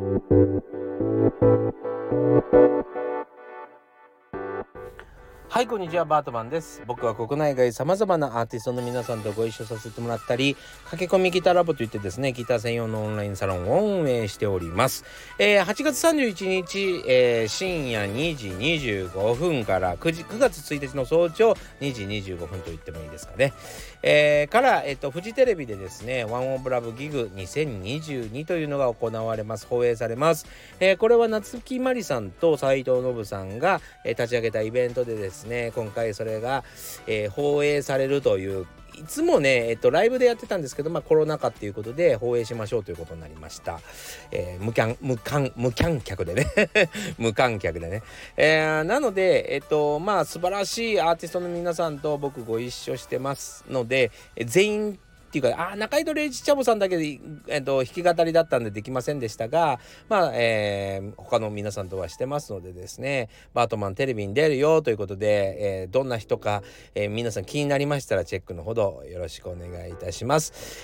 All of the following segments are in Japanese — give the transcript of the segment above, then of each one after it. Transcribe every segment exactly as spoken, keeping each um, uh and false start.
はい、こんにちは、バートマンです。僕は国内外様々なアーティストの皆さんとご一緒させてもらったり、駆け込みギターラボといってですね、ギター専用のオンラインサロンを運営しております。えー、はちがつさんじゅういちにち、えー、深夜にじにじゅうごふんからくじくがつついたちの早朝にじにじゅうごふんと言ってもいいですかね。えー、から、えっと、フジテレビでですね、ワンオブラブギグにせんにじゅうにというのが行われます。放映されます。えー、これは夏木マリさんと斉藤信さんが、えー、立ち上げたイベントでですね、今回それが、えー、放映されるという、いつもね、えっと、ライブでやってたんですけど、まあコロナ禍っていうことで放映しましょうということになりました。えー、無観無観無観客でね無観客でね、えー、なのでえっとまあ素晴らしいアーティストの皆さんと僕ご一緒してますので、全員っていうか、あ、中井戸礼一チャボさんだけで、えっと、弾き語りだったんでできませんでしたが、まあ、えー、他の皆さんとはしてますのでですね、バートマンテレビに出るよということで、えー、どんな人か、えー、皆さん気になりましたらチェックのほどよろしくお願いいたします。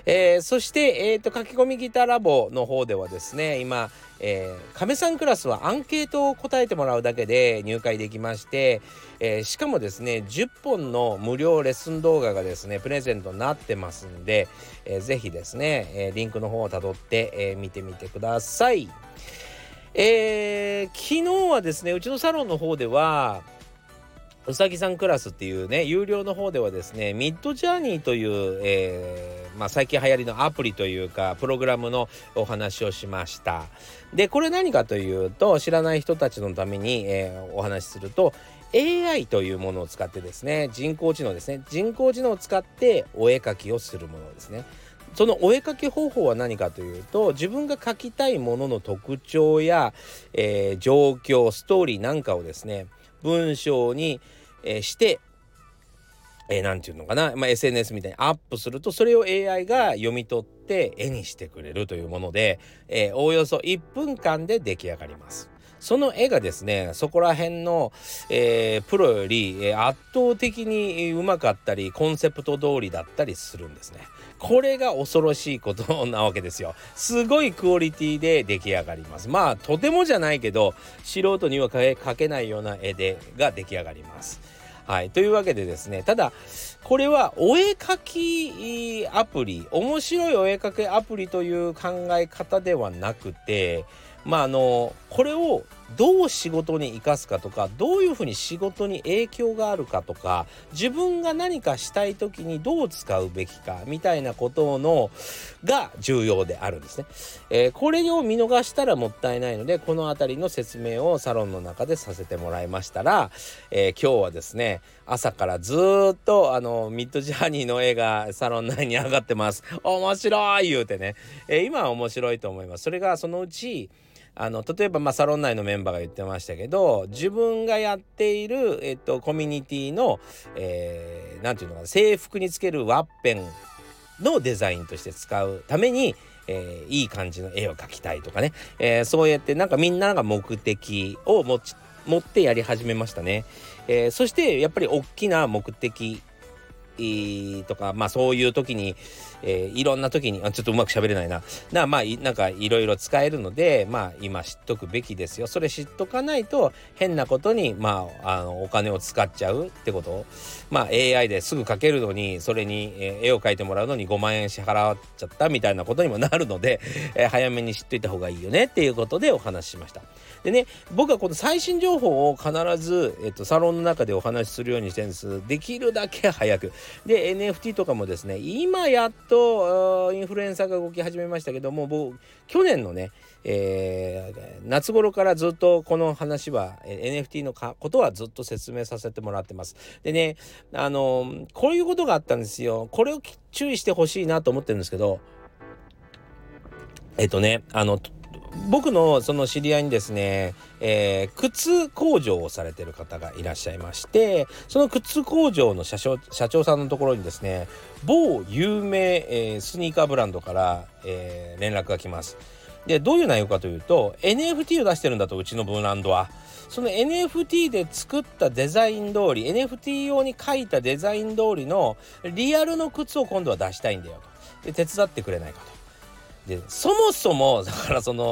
えー、そして、えーと、書き込みギターラボの方ではですね、今、えー、亀さんクラスはアンケートを答えてもらうだけで入会できまして、えー、しかもですねじゅっぽんの無料レッスン動画がですねプレゼントになってますんで、えー、ぜひですね、えー、リンクの方をたどって、えー、見てみてください。えー、昨日はですねうちのサロンの方ではうさぎさんクラスっていうね有料の方ではですねミッドジャーニーという、えーまあ、最近流行りのアプリというかプログラムのお話をしました。でこれ何かというと、知らない人たちのために、えー、お話しすると エーアイ というものを使ってですね、人工知能ですね人工知能を使ってお絵描きをするものですね。そのお絵描き方法は何かというと、自分が描きたいものの特徴や、えー、状況ストーリーなんかをですね文章に、えー、してえー、なんていうのかな、まあ、エスエヌエス みたいにアップすると、それを エーアイ が読み取って絵にしてくれるというもので、えー、おおよそいっぷんかんで出来上がります。その絵がですねそこら辺の、えー、プロより、えー、圧倒的にうまかったりコンセプト通りだったりするんですね。これが恐ろしいことなわけですよ。すごいクオリティで出来上がります。まあとてもじゃないけど素人には描けないような絵でが出来上がります。はい、というわけでですね、ただこれはお絵描きアプリ、面白いお絵描きアプリという考え方ではなくて、まああのこれをどう仕事に生かすかとか、どういうふうに仕事に影響があるかとか、自分が何かしたい時にどう使うべきかみたいなことのが重要であるんですね。えー、これを見逃したらもったいないので、このあたりの説明をサロンの中でさせてもらいましたら、えー、今日はですね朝からずっとあのミッドジャーニーの絵がサロン内に上がってます。面白い言うてね、えー、今は面白いと思います。それがそのうちあの例えばまあサロン内のメンバーが言ってましたけど、自分がやっている、えっと、コミュニティの、えー、なんていうのかな、制服につけるワッペンのデザインとして使うために、えー、いい感じの絵を描きたいとかね、えー、そうやってなんかみんなが目的を持ち持ってやり始めましたね。えー、そしてやっぱり大きな目的とか、まあそういう時に、えー、いろんな時にあちょっとうまく喋れないななまあなんかいろいろ使えるので、まあ今知っとくべきですよ。それ知っとかないと変なことにまああのお金を使っちゃうってこと。まあ エーアイ ですぐ描けるのに、それに、えー、絵を描いてもらうのにごまんえん支払っちゃったみたいなことにもなるので、えー、早めに知っといた方がいいよねっていうことでお話ししました。でね、僕はこの最新情報を必ず、えっと、サロンの中でお話しするようにしてるんです。できるだけ早くで エヌエフティー とかもですね、今やっとインフルエンサーが動き始めましたけども、僕去年のね、えー、夏頃からずっとこの話は エヌエフティー のかことはずっと説明させてもらってます。でね、あのこういうことがあったんですよ。これを注意してほしいなと思ってるんですけど、えっとねあの僕のその知り合いにですね、えー、靴工場をされてる方がいらっしゃいまして、その靴工場の社長、社長さんのところにですね、某有名、えー、スニーカーブランドから、えー、連絡が来ます。でどういう内容かというと、 エヌエフティー を出してるんだと、うちのブランドはその エヌエフティー で作ったデザイン通り、 エヌエフティー 用に書いたデザイン通りのリアルの靴を今度は出したいんだよと。で手伝ってくれないかと。でそもそもだからその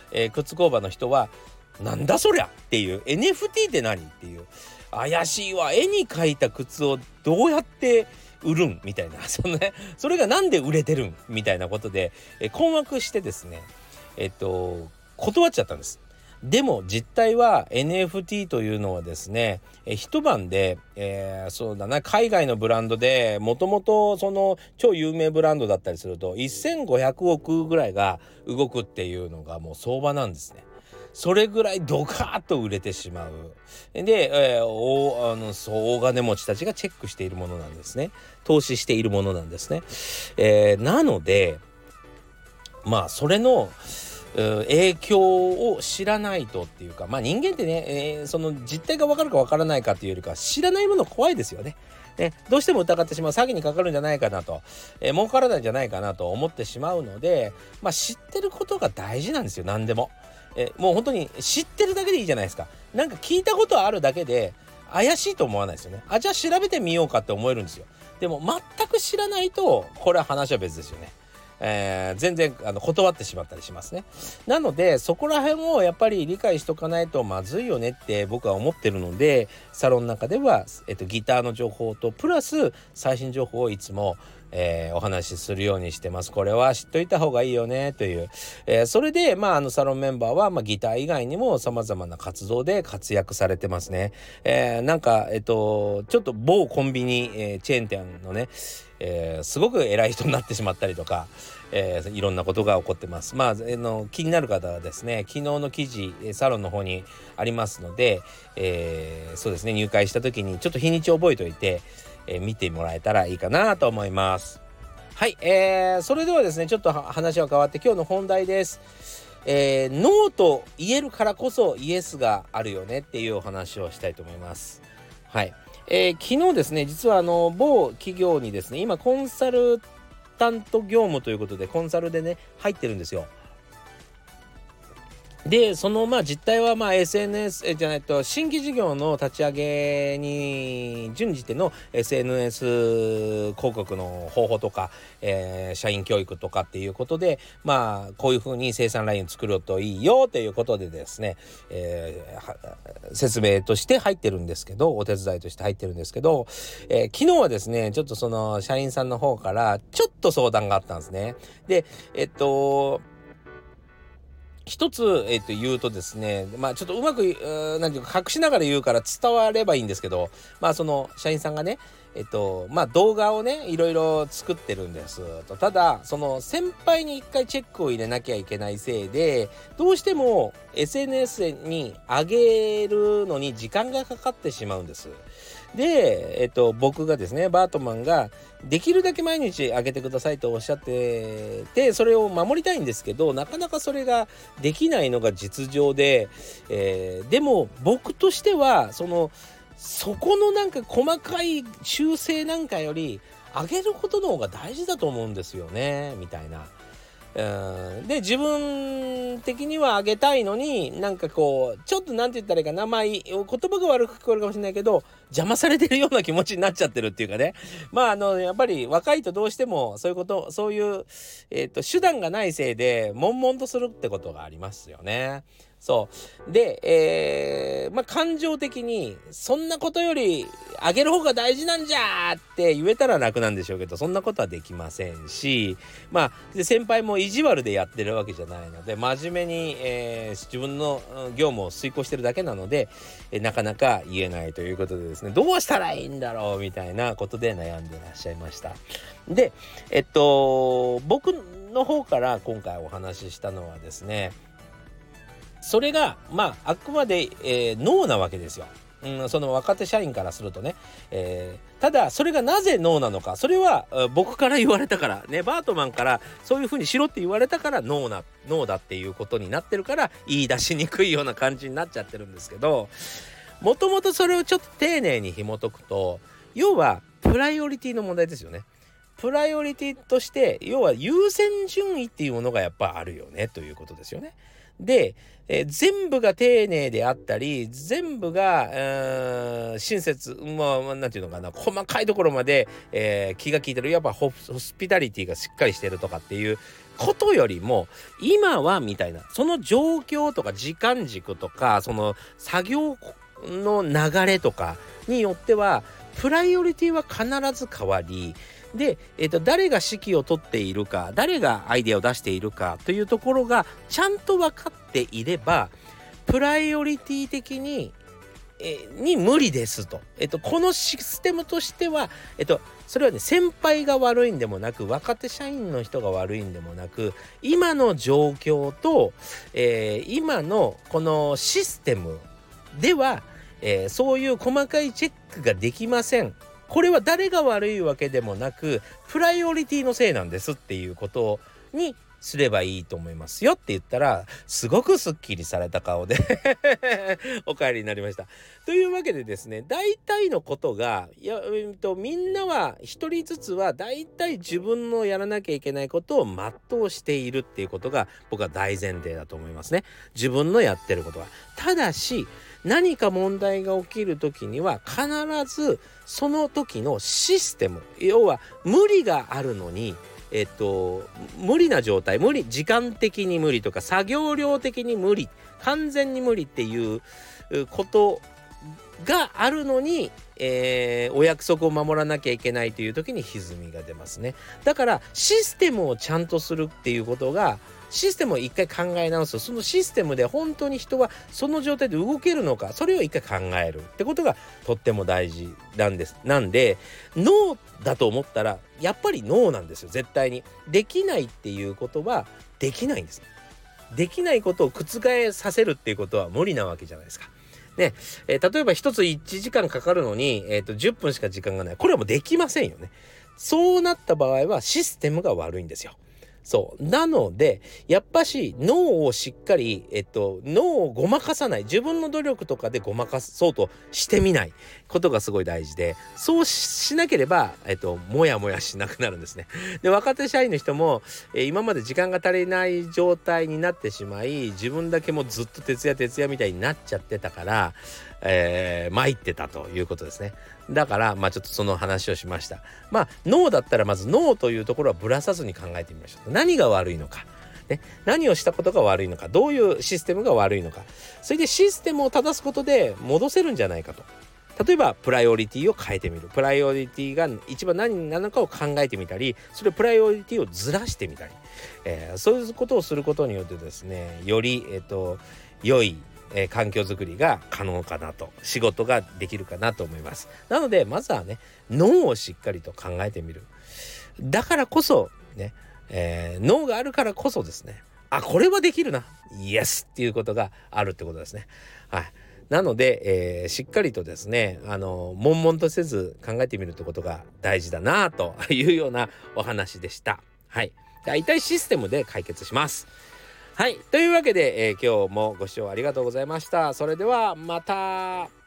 えー、靴工場の人はなんだそりゃっていう、 エヌエフティー って何っていう、怪しいわ、絵に描いた靴をどうやって売るんみたいな、そのね、それがなんで売れてるんみたいなことで、えー、困惑してですね、えっと断っちゃったんです。でも実態は エヌエフティー というのはですね、え一晩で、えー、そうだな、海外のブランドでもともとその超有名ブランドだったりするとせんごひゃくおくぐらいが動くっていうのがもう相場なんですね。それぐらいドカーッと売れてしまう。で、えー、大あのそう大金持ちたちがチェックしているものなんですね。投資しているものなんですね。えー、なのでまあそれの影響を知らないとっていうか、まあ人間ってね、えー、その実態が分かるか分からないかっていうよりか知らないもの怖いですよね。ね、どうしても疑ってしまう、詐欺にかかるんじゃないかなと、えー、儲からないんじゃないかなと思ってしまうので、まあ知ってることが大事なんですよ。何でも、えー、もう本当に知ってるだけでいいじゃないですか。なんか聞いたことあるだけで怪しいと思わないですよね。あ、じゃあ調べてみようかって思えるんですよ。でも全く知らないとこれは話は別ですよね。えー、全然あの断ってしまったりしますね。なのでそこら辺をやっぱり理解しとかないとまずいよねって僕は思ってるので、サロンの中では、えっと、ギターの情報とプラス最新情報をいつも、えー、お話しするようにしてます。これは知っといた方がいいよねという、えー、それでまああのサロンメンバーは、まあ、ギター以外にも様々な活動で活躍されてますね。えー、なんかえっとちょっと某コンビニ、えー、チェーン店のね、えー、すごく偉い人になってしまったりとか、えー、いろんなことが起こってます。まあ、えー、の気になる方はですね、昨日の記事サロンの方にありますので、えー、そうですね、入会した時にちょっと日にち覚えておいて、えー、見てもらえたらいいかなと思います。はい、えー、それではですね、ちょっと話は変わって今日の本題です。えー、ノーと言えるからこそイエスがあるよねっていうお話をしたいと思います。はい、えー、昨日ですね、実はあの某企業にですね、今コンサルタント業務ということでコンサルでね入ってるんですよ。でそのまあ実態はまあ エスエヌエス えじゃないと新規事業の立ち上げに準じての エスエヌエス 広告の方法とか、えー、社員教育とかっていうことで、まあこういうふうに生産ライン作るといいよということでですね、えー、説明として入ってるんですけど、お手伝いとして入ってるんですけど、えー、昨日はですねちょっとその社員さんの方からちょっと相談があったんですね。でえっと一つ、えっと、言うとですね、まあちょっとうまく、うなんていうか隠しながら言うから伝わればいいんですけど、まあその社員さんがね、えっと、まあ動画をね、いろいろ作ってるんですと。ただ、その先輩に一回チェックを入れなきゃいけないせいで、どうしても エスエヌエス に上げるのに時間がかかってしまうんです。で、えっと、僕がですね、バートマンができるだけ毎日あげてくださいとおっしゃってて、それを守りたいんですけど、なかなかそれができないのが実情で、えー、でも僕としてはそのそこのなんか細かい修正なんかより上げることの方が大事だと思うんですよね、みたいな。うんで自分的にはあげたいのになんかこうちょっとなんて言ったらいいかな、まあ言葉が悪く聞こえるかもしれないけど邪魔されてるような気持ちになっちゃってるっていうかね、まああのやっぱり若いとどうしてもそういうことそういう、えー、と手段がないせいで悶々とするってことがありますよね。そうで、えー、まあ感情的にそんなことよりあげる方が大事なんじゃーって言えたら楽なんでしょうけど、そんなことはできませんし、まあで先輩も意地悪でやってるわけじゃないので真面目に、えー、自分の業務を遂行してるだけなので、えー、なかなか言えないということでですね、どうしたらいいんだろうみたいなことで悩んでらっしゃいました。でえっと僕の方から今回お話ししたのはですね、それがまああくまで、えー、ノーなわけですよ。うん、その若手社員からするとね、えー、ただそれがなぜノーなのか、それは僕から言われたからね、バートマンからそういう風にしろって言われたからノーなノーだっていうことになってるから言い出しにくいような感じになっちゃってるんですけど、もともとそれをちょっと丁寧に紐解くと、要はプライオリティの問題ですよね。プライオリティとして要は優先順位っていうものがやっぱあるよねということですよね。で、えー、全部が丁寧であったり全部が、えー、親切、まあなんていうのかな、細かいところまで、えー、気が利いてる、やっぱホスピタリティがしっかりしてるとかっていうことよりも今はみたいな、その状況とか時間軸とかその作業の流れとかによってはプライオリティは必ず変わり、で、えーと、誰が指揮を取っているか、誰がアイデアを出しているかというところがちゃんと分かっていれば、プライオリティ的に、えー、に無理ですと、えーと、このシステムとしては、えーと、それはね、先輩が悪いんでもなく、若手社員の人が悪いんでもなく、今の状況と、えー、今のこのシステムでは、えー、そういう細かいチェックができません。これは誰が悪いわけでもなく、プライオリティのせいなんですっていうことにすればいいと思いますよって言ったら、すごくすっきりされた顔でお帰りになりました。というわけでですね、大体のことが、いや、えっと、みんなは一人ずつは大体自分のやらなきゃいけないことを全うしているっていうことが僕は大前提だと思いますね。自分のやってることは。ただし、何か問題が起きるときには必ずその時のシステム、要は無理があるのに、えっと無理な状態、無理、時間的に無理とか作業量的に無理、完全に無理っていうことがあるのに、えー、お約束を守らなきゃいけないという時に歪みが出ますね。だからシステムをちゃんとするっていうことが、システムを一回考え直す、そのシステムで本当に人はその状態で動けるのか、それを一回考えるってことがとっても大事なんです。なんでノーだと思ったらやっぱりノーなんですよ。絶対にできないっていうことはできないんです。できないことを覆させるっていうことは無理なわけじゃないですかね。えー、例えば一ついちじかんかかるのに、えーと、じゅっぷんしか時間がない。これはもうできませんよね。そうなった場合はシステムが悪いんですよ。そう。なので、やっぱし脳をしっかり、えっと、脳をごまかさない。自分の努力とかでごまかそうとしてみないことがすごい大事で、そうしなければ、えっと、もやもやしなくなるんですね。で、若手社員の人も、えー、今まで時間が足りない状態になってしまい、自分だけもうずっと徹夜徹夜みたいになっちゃってたから、えー、参ってたということですね。だからまあちょっとその話をしました。まあ脳だったらまず脳というところはぶらさずに考えてみましょう。何が悪いのか、ね、何をしたことが悪いのか、どういうシステムが悪いのか、それでシステムを正すことで戻せるんじゃないかと。例えばプライオリティを変えてみる、プライオリティが一番何なのかを考えてみたり、それプライオリティをずらしてみたり、えー、そういうことをすることによってですね、よりえっと良いえー、環境づくりが可能かなと、仕事ができるかなと思います。なのでまずはね、脳をしっかりと考えてみる。だからこそね、えー、脳があるからこそですね、あ、これはできるな、イエスっていうことがあるってことですね。はい。なので、えー、しっかりとですね、あの悶々とせず考えてみるってことが大事だなというようなお話でした。はい。大体システムで解決します。はい。というわけで、えー、今日もご視聴ありがとうございました。それではまた。